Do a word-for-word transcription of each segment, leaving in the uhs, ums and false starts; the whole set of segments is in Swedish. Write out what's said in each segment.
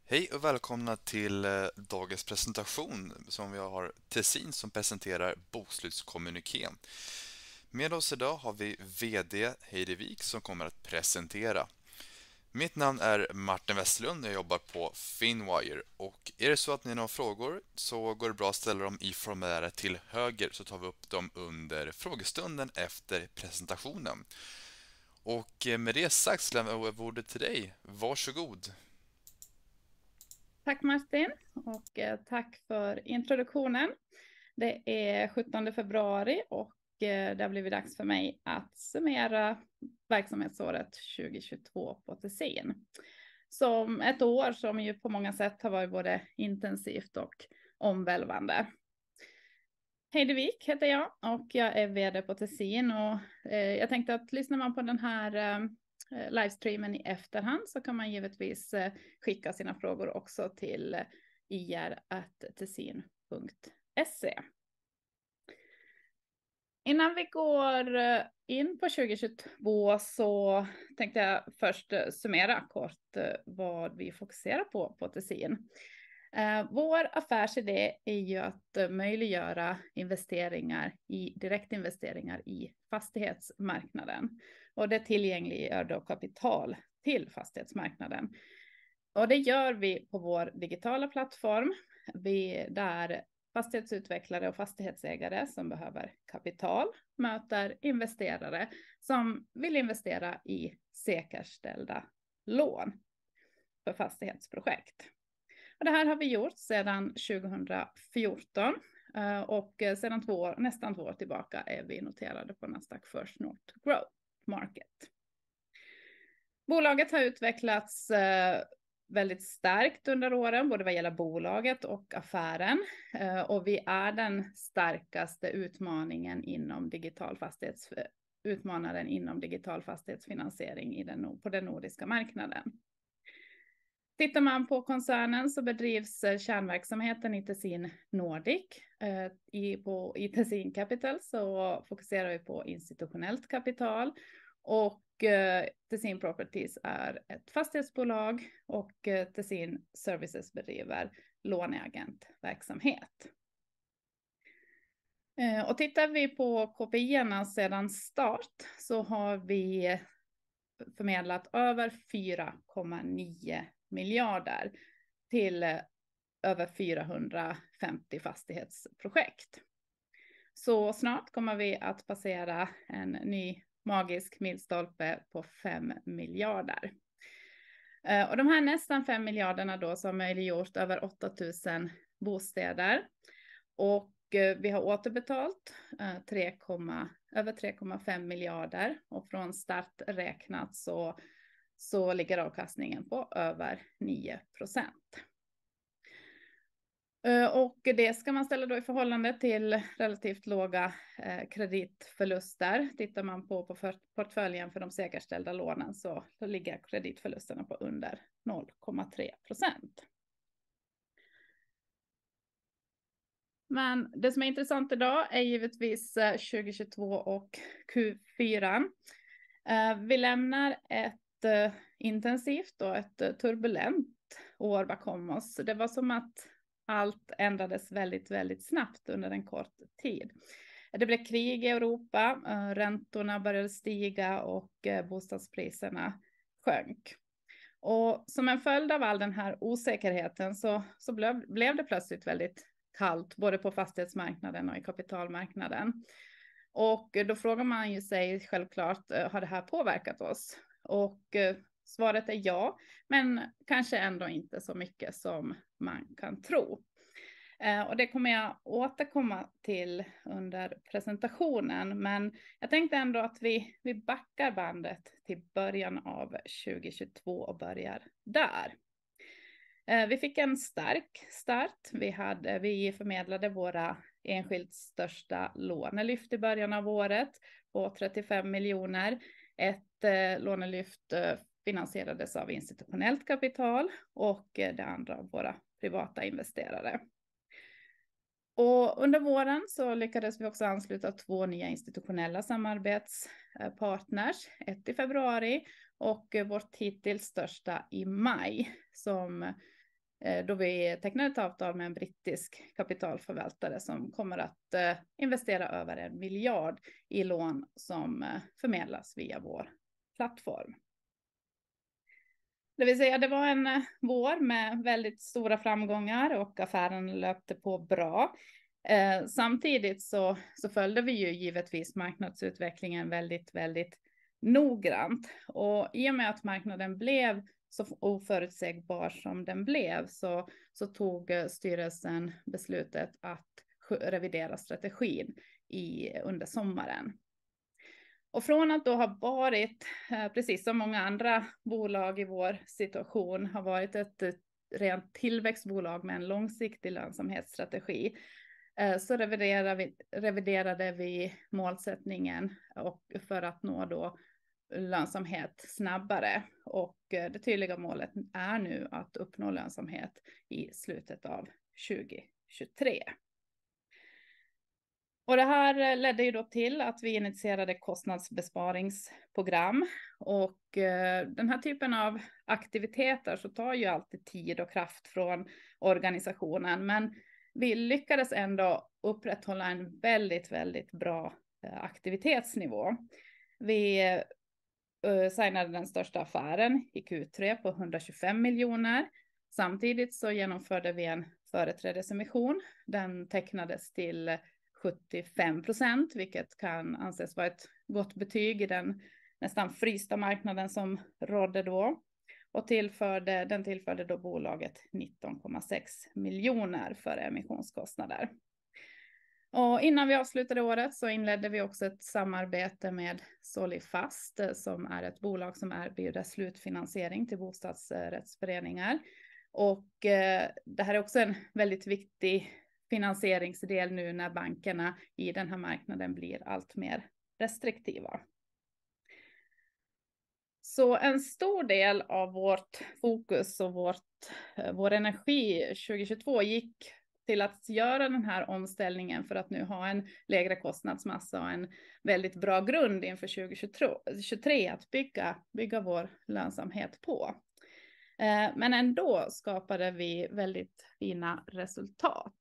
Hej och välkomna till eh, dagens presentation som vi har Tessin som presenterar bokslutskommunikén. Med oss idag har vi V D Heidi Wik som kommer att presentera. Mitt namn är Martin Westerlund och jag jobbar på Finwire. Och är det så att ni har några frågor så går det bra att ställa dem i formuläret till höger så tar vi upp dem under frågestunden efter presentationen. Och eh, med det sagt så lämnar jag över ordet till dig. Varsågod. Tack Martin och eh, tack för introduktionen. Det är sjuttonde februari och eh, det har blivit dags för mig att summera verksamhetsåret tjugohundratjugotvå på Tessin. Som ett år som ju på många sätt har varit både intensivt och omvälvande. Heidi Wik heter jag och jag är vd på Tessin och eh, jag tänkte att lyssnar man på den här eh, livestreamen i efterhand så kan man givetvis eh, skicka sina frågor också till eh, i r at tessin punkt se. Innan vi går eh, in på tjugohundratjugotvå så tänkte jag först eh, summera kort eh, vad vi fokuserar på på Tessin. Uh, vår affärsidé är ju att uh, möjliggöra investeringar i direktinvesteringar i fastighetsmarknaden. Och det tillgängliggör då kapital till fastighetsmarknaden. Och det gör vi på vår digitala plattform. Vi, där fastighetsutvecklare och fastighetsägare som behöver kapital möter investerare som vill investera i säkerställda lån för fastighetsprojekt. Och det här har vi gjort sedan tjugohundrafjorton och sedan två år, nästan två år tillbaka är vi noterade på Nasdaq First North Growth Market. Bolaget har utvecklats väldigt starkt under åren, både vad gäller bolaget och affären. Och vi är den starkaste utmaningen inom digital fastighets, utmanaren inom digital fastighetsfinansiering i den, på den nordiska marknaden. Tittar man på koncernen så bedrivs kärnverksamheten i Tessin Nordic. I, på, i Tessin Capital så fokuserar vi på institutionellt kapital och eh, Tessin Properties är ett fastighetsbolag och eh, Tessin Services bedriver låneagentverksamhet. Eh, och tittar vi på K P I-erna sedan start så har vi förmedlat över fyra komma nio miljarder till över fyrahundrafemtio fastighetsprojekt. Så snart kommer vi att passera en ny magisk milstolpe på fem miljarder. Och de här nästan fem miljarderna då som har möjliggjort över åtta tusen bostäder. Och vi har återbetalt tre, över tre komma fem miljarder och från start räknat så så ligger avkastningen på över nio procent. Och det ska man ställa då i förhållande till relativt låga kreditförluster. Tittar man på, på portföljen för de säkerställda lånen så, så ligger kreditförlusterna på under noll komma tre procent. Men det som är intressant idag är givetvis tjugohundratjugotvå och Q fyra. Vi lämnar ett intensivt och ett turbulent år bakom oss. Det var som att allt ändrades väldigt, väldigt snabbt under en kort tid. Det blev krig i Europa, räntorna började stiga och bostadspriserna sjönk. Och som en följd av all den här osäkerheten så, så blev, blev det plötsligt väldigt kallt både på fastighetsmarknaden och i kapitalmarknaden. Och då frågar man ju sig självklart, har det här påverkat oss? Och eh, svaret är ja, men kanske ändå inte så mycket som man kan tro. Eh, och det kommer jag återkomma till under presentationen, men jag tänkte ändå att vi, vi backar bandet till början av tjugohundratjugotvå och börjar där. Eh, vi fick en stark start. Vi, hade, vi förmedlade våra enskilt största lånelyft i början av året på trettiofem miljoner. Ett eh, lånelyft eh, finansierades av institutionellt kapital och eh, det andra av våra privata investerare. Och under våren så lyckades vi också ansluta två nya institutionella samarbetspartners. Ett i februari och eh, vårt hittills största i maj som då vi tecknade ett avtal med en brittisk kapitalförvaltare som kommer att investera över en miljard i lån som förmedlas via vår plattform. Det vill säga det var en vår med väldigt stora framgångar och affären löpte på bra. Eh, samtidigt så, så följde vi ju givetvis marknadsutvecklingen väldigt, väldigt noggrant. Och i och med att marknaden blev så oförutsägbar som den blev så, så tog styrelsen beslutet att revidera strategin i, under sommaren. Och från att då ha varit, precis som många andra bolag i vår situation, har varit ett rent tillväxtbolag med en långsiktig lönsamhetsstrategi, så reviderade vi, reviderade vi målsättningen och för att nå då lönsamhet snabbare. Och det tydliga målet är nu att uppnå lönsamhet i slutet av tjugo tjugotre. Och det här ledde ju då till att vi initierade kostnadsbesparingsprogram. Och eh, den här typen av aktiviteter så tar ju alltid tid och kraft från organisationen. Men vi lyckades ändå upprätthålla en väldigt, väldigt bra eh, aktivitetsnivå. Vi eh, signade den största affären i Q tre på hundratjugofem miljoner. Samtidigt så genomförde vi en företrädesemission. Den tecknades till sjuttiofem procent, vilket kan anses vara ett gott betyg i den nästan frysta marknaden som rådde då. Och tillförde, den tillförde då bolaget nitton komma sex miljoner för emissionskostnader. Och innan vi avslutade året så inledde vi också ett samarbete med Solifast som är ett bolag som erbjuder slutfinansiering till bostadsrättsföreningar. Och eh, det här är också en väldigt viktig finansieringsdel nu när bankerna i den här marknaden blir allt mer restriktiva. Så en stor del av vårt fokus och vårt, vår energi tjugo tjugotvå gick till att göra den här omställningen för att nu ha en lägre kostnadsmassa och en väldigt bra grund inför tjugo tjugotre att bygga, bygga vår lönsamhet på. Men ändå skapade vi väldigt fina resultat.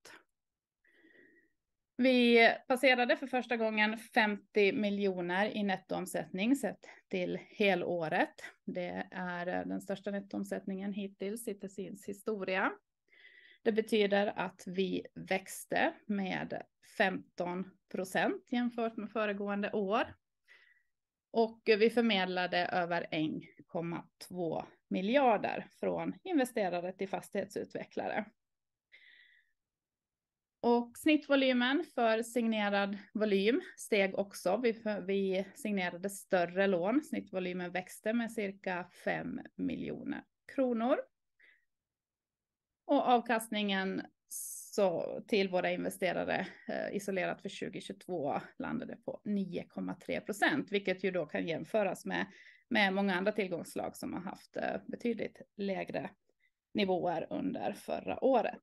Vi passerade för första gången femtio miljoner i nettoomsättning sett till helåret. Det är den största nettoomsättningen hittills i Tessins historia. Det betyder att vi växte med femton procent jämfört med föregående år. Och vi förmedlade över en komma två miljarder från investerare till fastighetsutvecklare. Och snittvolymen för signerad volym steg också. Vi, vi signerade större lån. Snittvolymen växte med cirka fem miljoner kronor. Och avkastningen så till våra investerare eh, isolerat för tjugo tjugotvå landade på nio komma tre procent. Vilket ju då kan jämföras med, med många andra tillgångsslag som har haft eh, betydligt lägre nivåer under förra året.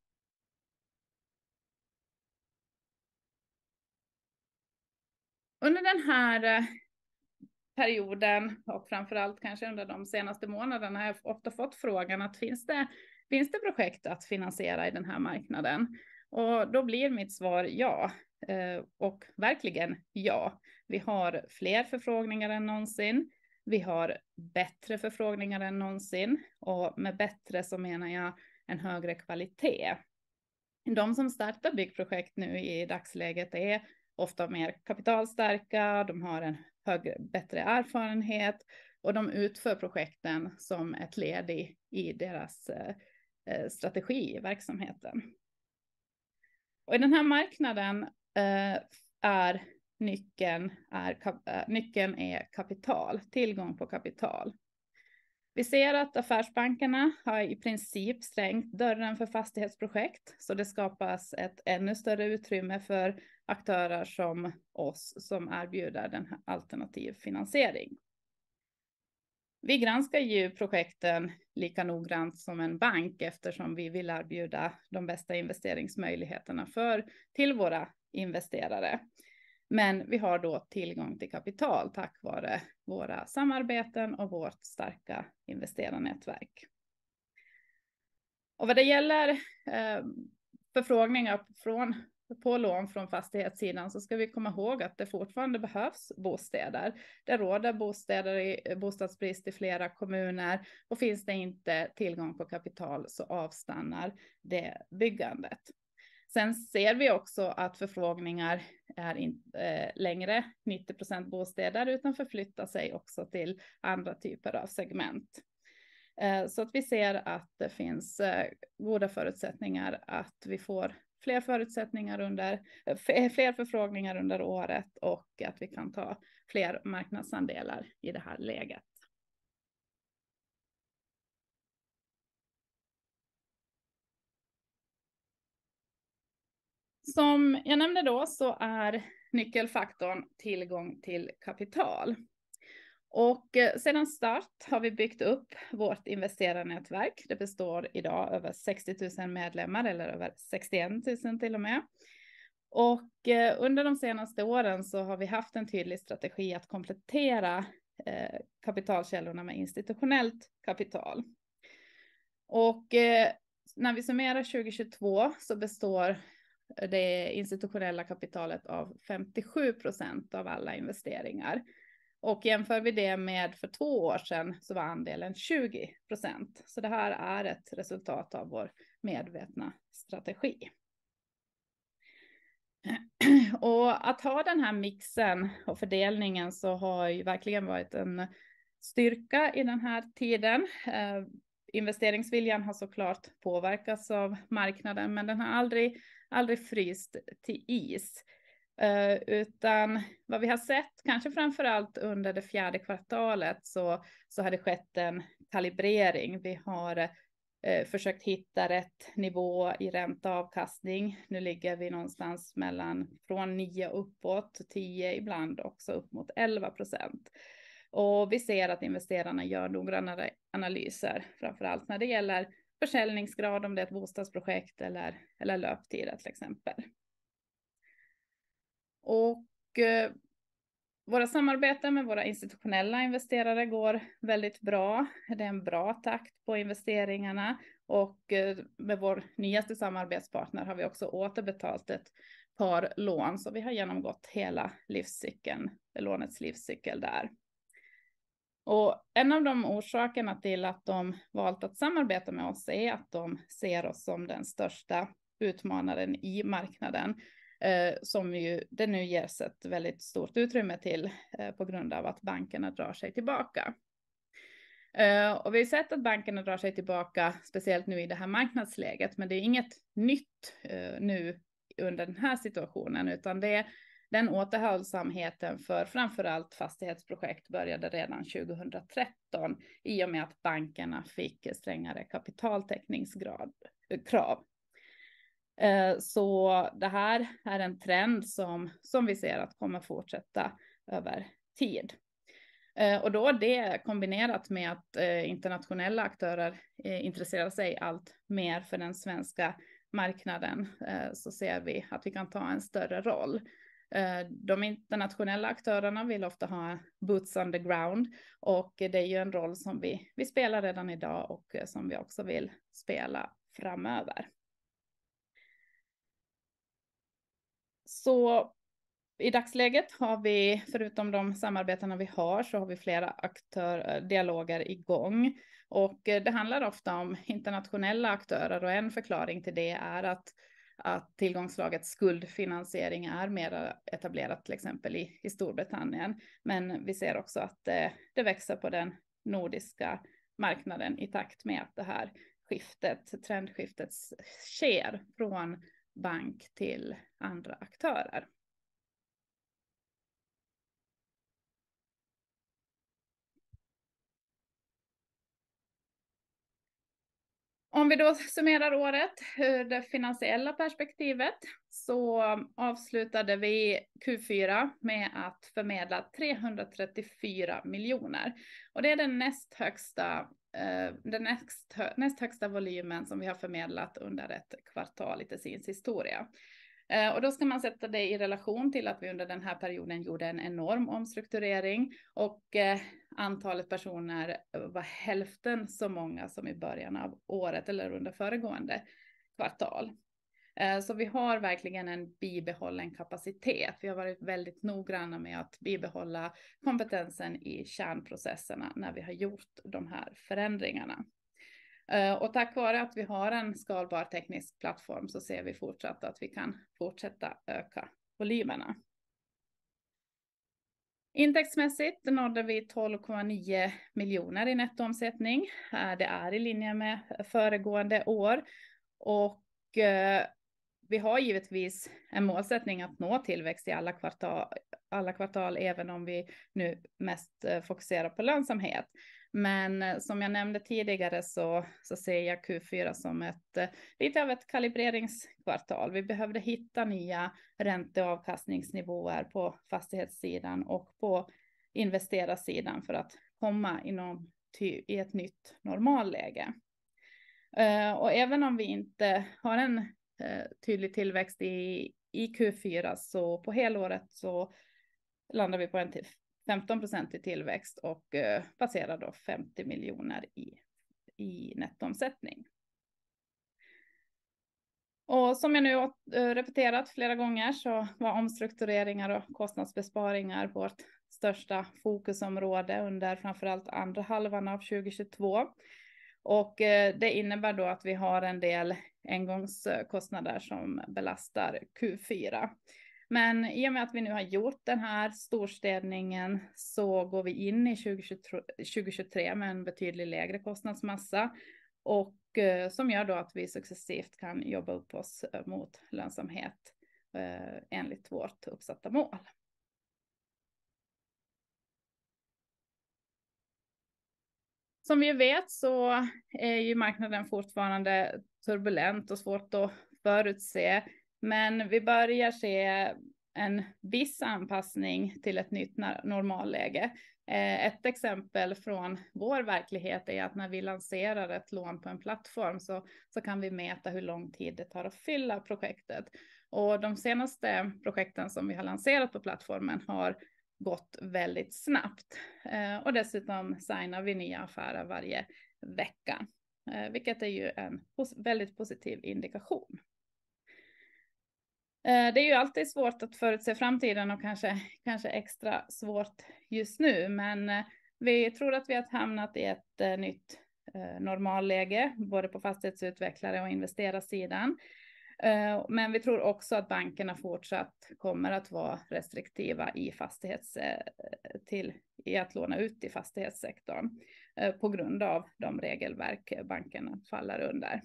Under den här perioden och framförallt kanske under de senaste månaderna har jag ofta fått frågan att finns det, finns det projekt att finansiera i den här marknaden? Och då blir mitt svar ja, och verkligen ja. Vi har fler förfrågningar än någonsin. Vi har bättre förfrågningar än någonsin och med bättre så menar jag en högre kvalitet. De som startar byggprojekt nu i dagsläget är ofta mer kapitalstarka, de har en högre, bättre erfarenhet och de utför projekten som ett led i, i deras eh, strategi i verksamheten. Och i den här marknaden eh, är, nyckeln är äh, nyckeln är kapital, tillgång på kapital. Vi ser att affärsbankerna har i princip stängt dörren för fastighetsprojekt, så det skapas ett ännu större utrymme för aktörer som oss som erbjuder den här alternativ finansiering. Vi granskar ju projekten lika noggrant som en bank eftersom vi vill erbjuda de bästa investeringsmöjligheterna för, till våra investerare. Men vi har då tillgång till kapital tack vare våra samarbeten och vårt starka investerarnätverk. Och vad det gäller eh, förfrågningar från, på lån från fastighetssidan så ska vi komma ihåg att det fortfarande behövs bostäder. Det råder bostäder i, bostadsbrist i flera kommuner, och finns det inte tillgång på kapital så avstannar det byggandet. Sen ser vi också att förfrågningar är inte eh, längre nittio procent bostäder, utan förflyttar sig också till andra typer av segment. Eh, så att vi ser att det finns eh, goda förutsättningar att vi får fler förutsättningar under, eh, fler förfrågningar under året, och att vi kan ta fler marknadsandelar i det här läget. Som jag nämnde då så är nyckelfaktorn tillgång till kapital. Och sedan start har vi byggt upp vårt investerarnätverk. Det består idag över sextio tusen medlemmar, eller över sextioen tusen till och med. Och under de senaste åren så har vi haft en tydlig strategi att komplettera eh, kapitalkällorna med institutionellt kapital. Och eh, när vi summerar tjugo tjugotvå så består det institutionella kapitalet av femtiosju procent av alla investeringar. Och jämför vi det med för två år sedan så var andelen tjugo procent. Så det här är ett resultat av vår medvetna strategi. Och att ha den här mixen och fördelningen så har ju verkligen varit en styrka i den här tiden. Eh, investeringsviljan har såklart påverkats av marknaden, men den har aldrig, aldrig fryst till is. Uh, utan vad vi har sett, kanske framförallt under det fjärde kvartalet, så, så har det skett en kalibrering. Vi har uh, försökt hitta rätt nivå i ränteavkastning. Nu ligger vi någonstans mellan från nio uppåt, tio ibland också upp mot elva procent. Och vi ser att investerarna gör noggrannare analyser, framförallt när det gäller försäljningsgrad, om det är ett bostadsprojekt eller, eller löptider till exempel. Och eh, våra samarbeten med våra institutionella investerare går väldigt bra. Det är en bra takt på investeringarna, och eh, med vår nyaste samarbetspartner har vi också återbetalt ett par lån, så vi har genomgått hela livscykeln, lånets livscykel där. Och en av de orsakerna till att de valt att samarbeta med oss är att de ser oss som den största utmanaren i marknaden. Eh, som ju det nu ges ett väldigt stort utrymme till eh, på grund av att bankerna drar sig tillbaka. Eh, och vi har sett att bankerna drar sig tillbaka, speciellt nu i det här marknadsläget, men det är inget nytt eh, nu under den här situationen, utan det är den återhållsamheten för framförallt fastighetsprojekt började redan tjugohundratretton i och med att bankerna fick strängare kapitaltäckningsgrad, krav. Så det här är en trend som, som vi ser att kommer fortsätta över tid. Och då det kombinerat med att internationella aktörer intresserar sig allt mer för den svenska marknaden, så ser vi att vi kan ta en större roll. De internationella aktörerna vill ofta ha boots on the ground, och det är ju en roll som vi, vi spelar redan idag och som vi också vill spela framöver. Så i dagsläget har vi, förutom de samarbetena vi har, så har vi flera aktör, dialoger igång. Och det handlar ofta om internationella aktörer, och en förklaring till det är att, att tillgångslaget skuldfinansiering är mer etablerat till exempel i, i Storbritannien. Men vi ser också att det, det växer på den nordiska marknaden i takt med att det här skiftet, trendskiftet sker från bank till andra aktörer. Om vi då summerar året ur det finansiella perspektivet, så avslutade vi Q fyra med att förmedla trehundratrettiofyra miljoner. Och det är den näst högsta, den näst, näst högsta volymen som vi har förmedlat under ett kvartal i Tessins historia. Och då ska man sätta det i relation till att vi under den här perioden gjorde en enorm omstrukturering och eh, antalet personer var hälften så många som i början av året eller under föregående kvartal. Eh, så vi har verkligen en bibehållen kapacitet. Vi har varit väldigt noggranna med att bibehålla kompetensen i kärnprocesserna när vi har gjort de här förändringarna. Och tack vare att vi har en skalbar teknisk plattform så ser vi fortsatt att vi kan fortsätta öka volymerna. Intäktsmässigt nådde vi tolv komma nio miljoner i nettoomsättning. Det är i linje med föregående år och vi har givetvis en målsättning att nå tillväxt i alla kvartal, alla kvartal även om vi nu mest fokuserar på lönsamhet. Men som jag nämnde tidigare så, så ser jag Q fyra som ett, lite av ett kalibreringskvartal. Vi behövde hitta nya ränteavkastningsnivåer på fastighetssidan och på investerarsidan för att komma inom ty, i ett nytt normalläge. Och även om vi inte har en tydlig tillväxt i, i Q fyra så på helåret så landar vi på en femton procent i tillväxt och eh, passerar då femtio miljoner i, i nettoomsättning. Och som jag nu har repeterat flera gånger så var omstruktureringar och kostnadsbesparingar vårt största fokusområde under framförallt andra halvan av tjugohundratjugotvå. Och eh, det innebär då att vi har en del engångskostnader som belastar Q fyra. Men i och med att vi nu har gjort den här storstädningen så går vi in i tjugohundratjugotre med en betydligt lägre kostnadsmassa och eh, som gör då att vi successivt kan jobba upp oss mot lönsamhet eh, enligt vårt uppsatta mål. Som vi vet så är ju marknaden fortfarande turbulent och svårt att förutse. Men vi börjar se en viss anpassning till ett nytt normalläge. Ett exempel från vår verklighet är att när vi lanserar ett lån på en plattform så, så kan vi mäta hur lång tid det tar att fylla projektet. Och de senaste projekten som vi har lanserat på plattformen har gått väldigt snabbt. Och dessutom signar vi nya affärer varje vecka, vilket är ju en väldigt positiv indikation. Det är ju alltid svårt att förutse framtiden och kanske, kanske extra svårt just nu. Men vi tror att vi har hamnat i ett nytt normalläge, både på fastighetsutvecklare och investerarsidan. Men vi tror också att bankerna fortsatt kommer att vara restriktiva i, fastighets, till, i att låna ut i fastighetssektorn på grund av de regelverk bankerna faller under.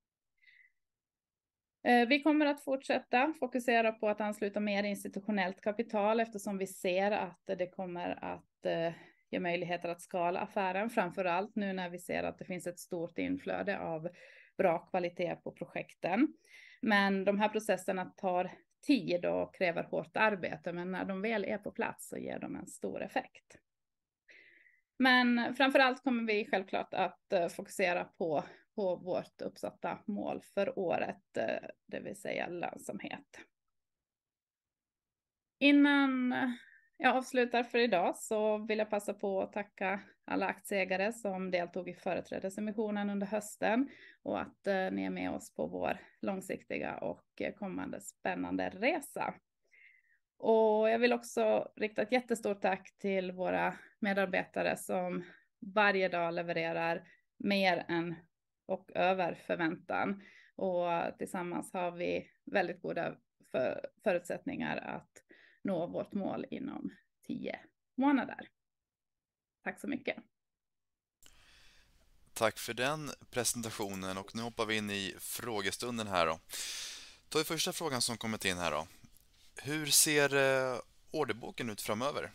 Vi kommer att fortsätta fokusera på att ansluta mer institutionellt kapital eftersom vi ser att det kommer att ge möjligheter att skala affären. Framförallt nu när vi ser att det finns ett stort inflöde av bra kvalitet på projekten. Men de här processerna tar tid och kräver hårt arbete, men när de väl är på plats så ger de en stor effekt. Men framförallt kommer vi självklart att fokusera på, på vårt uppsatta mål för året, det vill säga lönsamhet. Innan jag avslutar för idag så vill jag passa på att tacka alla aktieägare som deltog i företrädesemissionen under hösten och att eh, ni är med oss på vår långsiktiga och kommande spännande resa. Och jag vill också rikta ett jättestort tack till våra medarbetare som varje dag levererar mer än och över förväntan. Och tillsammans har vi väldigt goda för, förutsättningar att nå vårt mål inom tio månader. Tack så mycket. Tack för den presentationen och nu hoppar vi in i frågestunden här då. Då är första frågan som kommit in här då. Hur ser eh, orderboken ut framöver?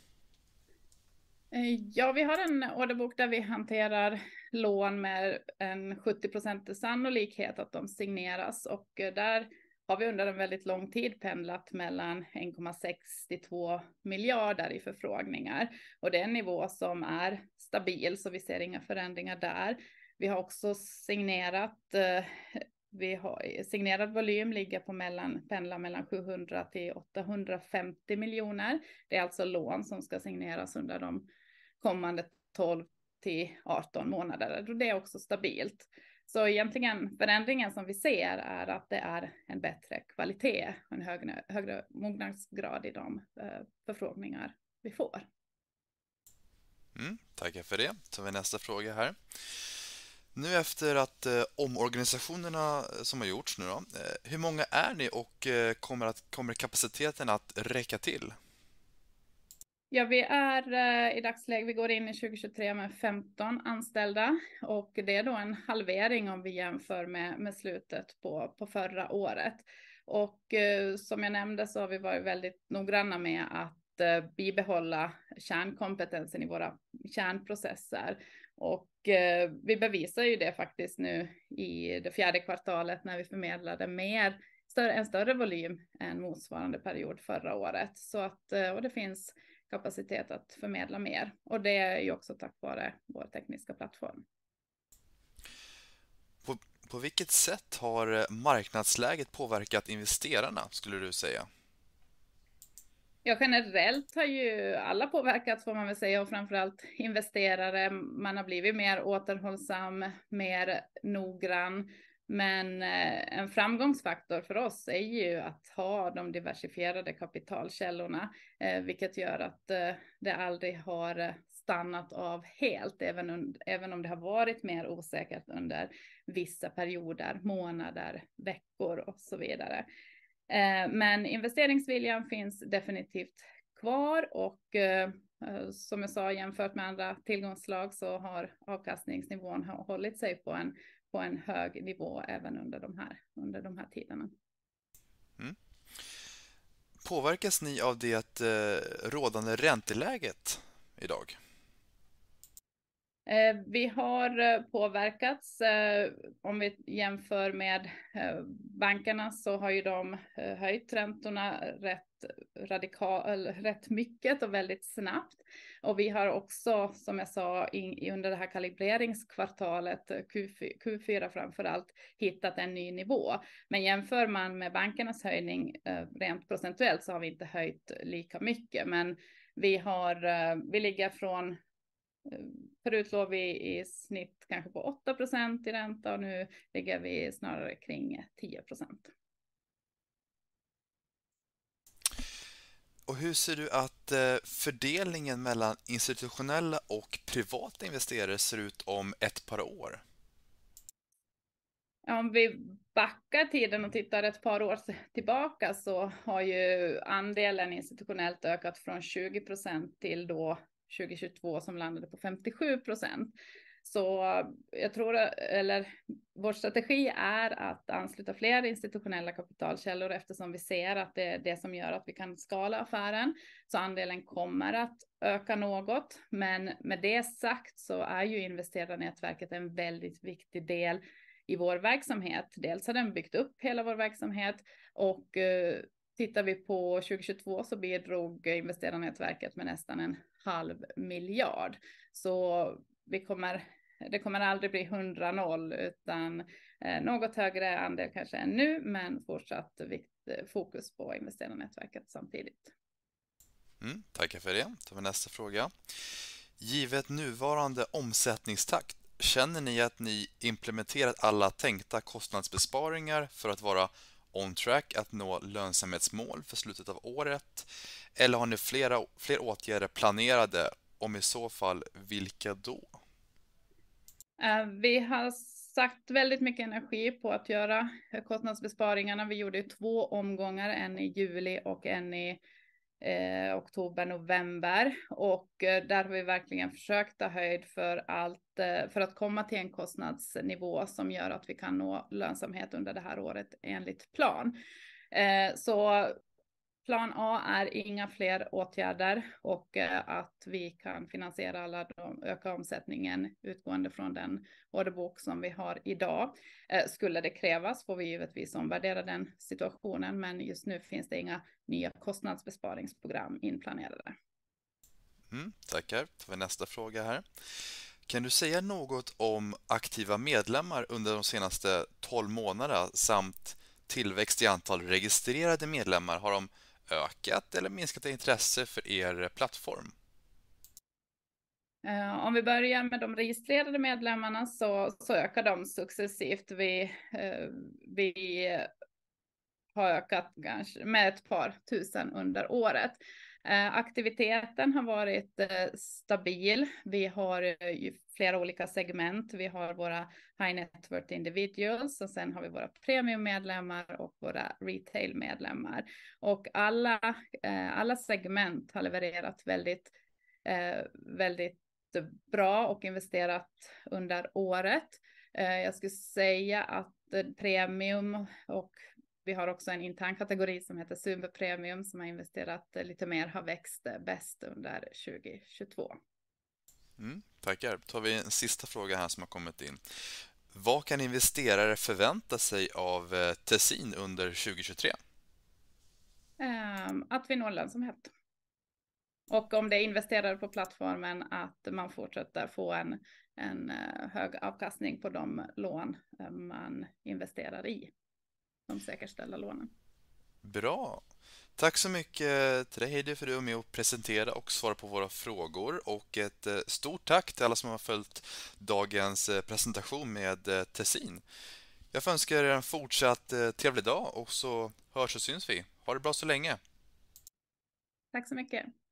Ja, vi har en orderbok där vi hanterar lån med en sjuttio procent sannolikhet att de signeras och där har vi under en väldigt lång tid pendlat mellan en komma sex till två miljarder i förfrågningar. Och det är en nivå som är stabil så vi ser inga förändringar där. Vi har också signerat eh, vi har signerad volym ligger på mellan, pendlar mellan sjuhundra till åttahundrafemtio miljoner. Det är alltså lån som ska signeras under de kommande tolv till arton månader. Och det är också stabilt. Så egentligen förändringen som vi ser är att det är en bättre kvalitet och en högre, högre mognadsgrad i de eh, förfrågningar vi får. Mm, tackar för det. Så har vi nästa fråga här. Nu efter att eh, omorganisationerna som har gjorts nu då, eh, hur många är ni och eh, kommer, att, kommer kapaciteten att räcka till? Ja, vi är eh, i dagsläget, vi går in i tjugohundratjugotre med femton anställda och det är då en halvering om vi jämför med, med slutet på, på förra året. Och eh, som jag nämnde så har vi varit väldigt noggranna med att eh, bibehålla kärnkompetensen i våra kärnprocesser. Och eh, vi bevisar ju det faktiskt nu i det fjärde kvartalet när vi förmedlade mer, större, en större volym än motsvarande period förra året. Så att, eh, och det finns kapacitet att förmedla mer. Och det är ju också tack vare vår tekniska plattform. På, på vilket sätt har marknadsläget påverkat investerarna, skulle du säga? Ja, generellt har ju alla påverkats får man väl säga och framförallt investerare. Man har blivit mer återhållsam, mer noggrann. Men en framgångsfaktor för oss är ju att ha de diversifierade kapitalkällorna, vilket gör att det aldrig har stannat av helt, även, un- även om det har varit mer osäkert under vissa perioder, månader, veckor och så vidare. Men investeringsviljan finns definitivt kvar och som jag sa jämfört med andra tillgångsslag så har avkastningsnivån hållit sig på en på en hög nivå även under de här, under de här tiderna. Mm. Påverkas ni av det eh, rådande ränteläget idag? Eh, vi har påverkats. Eh, om vi jämför med eh, bankerna så har ju de eh, höjt räntorna rätt radikal, rätt mycket och väldigt snabbt. Och vi har också, som jag sa, in, under det här kalibreringskvartalet, Q fyra framför allt, hittat en ny nivå. Men jämför man med bankernas höjning eh, rent procentuellt så har vi inte höjt lika mycket. Men vi, har, eh, vi ligger från Förut låg vi i snitt kanske på åtta procent i ränta och nu ligger vi snarare kring tio procent. Och hur ser du att fördelningen mellan institutionella och privata investerare ser ut om ett par år? Om vi backar tiden och tittar ett par år tillbaka så har ju andelen institutionellt ökat från tjugo procent till då tjugohundratjugotvå som landade på femtiosju procent. Så jag tror, eller vår strategi är att ansluta fler institutionella kapitalkällor eftersom vi ser att det är det som gör att vi kan skala affären. Så andelen kommer att öka något, men med det sagt så är ju investerarnätverket en väldigt viktig del i vår verksamhet. Dels har den byggt upp hela vår verksamhet och eh, tittar vi på tjugohundratjugotvå så bidrog investerarnätverket med nästan en halv miljard. Så vi kommer, det kommer aldrig bli hundra noll utan eh, något högre andel kanske än nu, men fortsatt vikt, fokus på investerarnätverket samtidigt. Mm, tackar för det. Då tar vi nästa fråga. Givet nuvarande omsättningstakt, känner ni att ni implementerat alla tänkta kostnadsbesparingar för att vara on track att nå lönsamhetsmål för slutet av året? Eller har ni flera, fler åtgärder planerade? Om i så fall, vilka då? Uh, vi har sagt väldigt mycket energi på att göra kostnadsbesparingarna. Vi gjorde två omgångar, en i juli och en i eh, oktober, november. Och eh, där har vi verkligen försökt ta höjd för allt, eh, för att komma till en kostnadsnivå som gör att vi kan nå lönsamhet under det här året enligt plan. Eh, så plan A är inga fler åtgärder och eh, att vi kan finansiera alla de, öka omsättningen utgående från den orderbok som vi har idag. Eh, skulle det krävas får vi givetvis omvärdera den situationen, men just nu finns det inga nya kostnadsbesparingsprogram inplanerade. Mm, tackar. Då tar vi nästa fråga här. Kan du säga något om aktiva medlemmar under de senaste tolv månaderna samt tillväxt i antal registrerade medlemmar? Har de ökat eller minskat intresse för er plattform? Om vi börjar med de registrerade medlemmarna så, så ökar de successivt. Vi, vi har ökat kanske med ett par tusen under året. Aktiviteten har varit stabil. Vi har ju flera olika segment. Vi har våra high net worth individuals och sen har vi våra premiummedlemmar och våra retailmedlemmar. Och alla, alla segment har levererat väldigt, väldigt bra och investerat under året. Jag skulle säga att premium och vi har också en intern kategori som heter Super Premium som har investerat lite mer, har växt bäst under tjugohundratjugotvå. Mm, tackar. Då tar vi en sista fråga här som har kommit in. Vad kan investerare förvänta sig av Tessin under tjugohundratjugotre? Um, att vi når lönsamhet. Och om det är investerare på plattformen att man fortsätter få en, en hög avkastning på de lån man investerar i. De säkerställda lånen. Bra. Tack så mycket till dig Heidi för att du var med och presentera och svara på våra frågor. Och ett stort tack till alla som har följt dagens presentation med Tessin. Jag önskar er en fortsatt trevlig dag och så hörs och syns vi. Ha det bra så länge. Tack så mycket.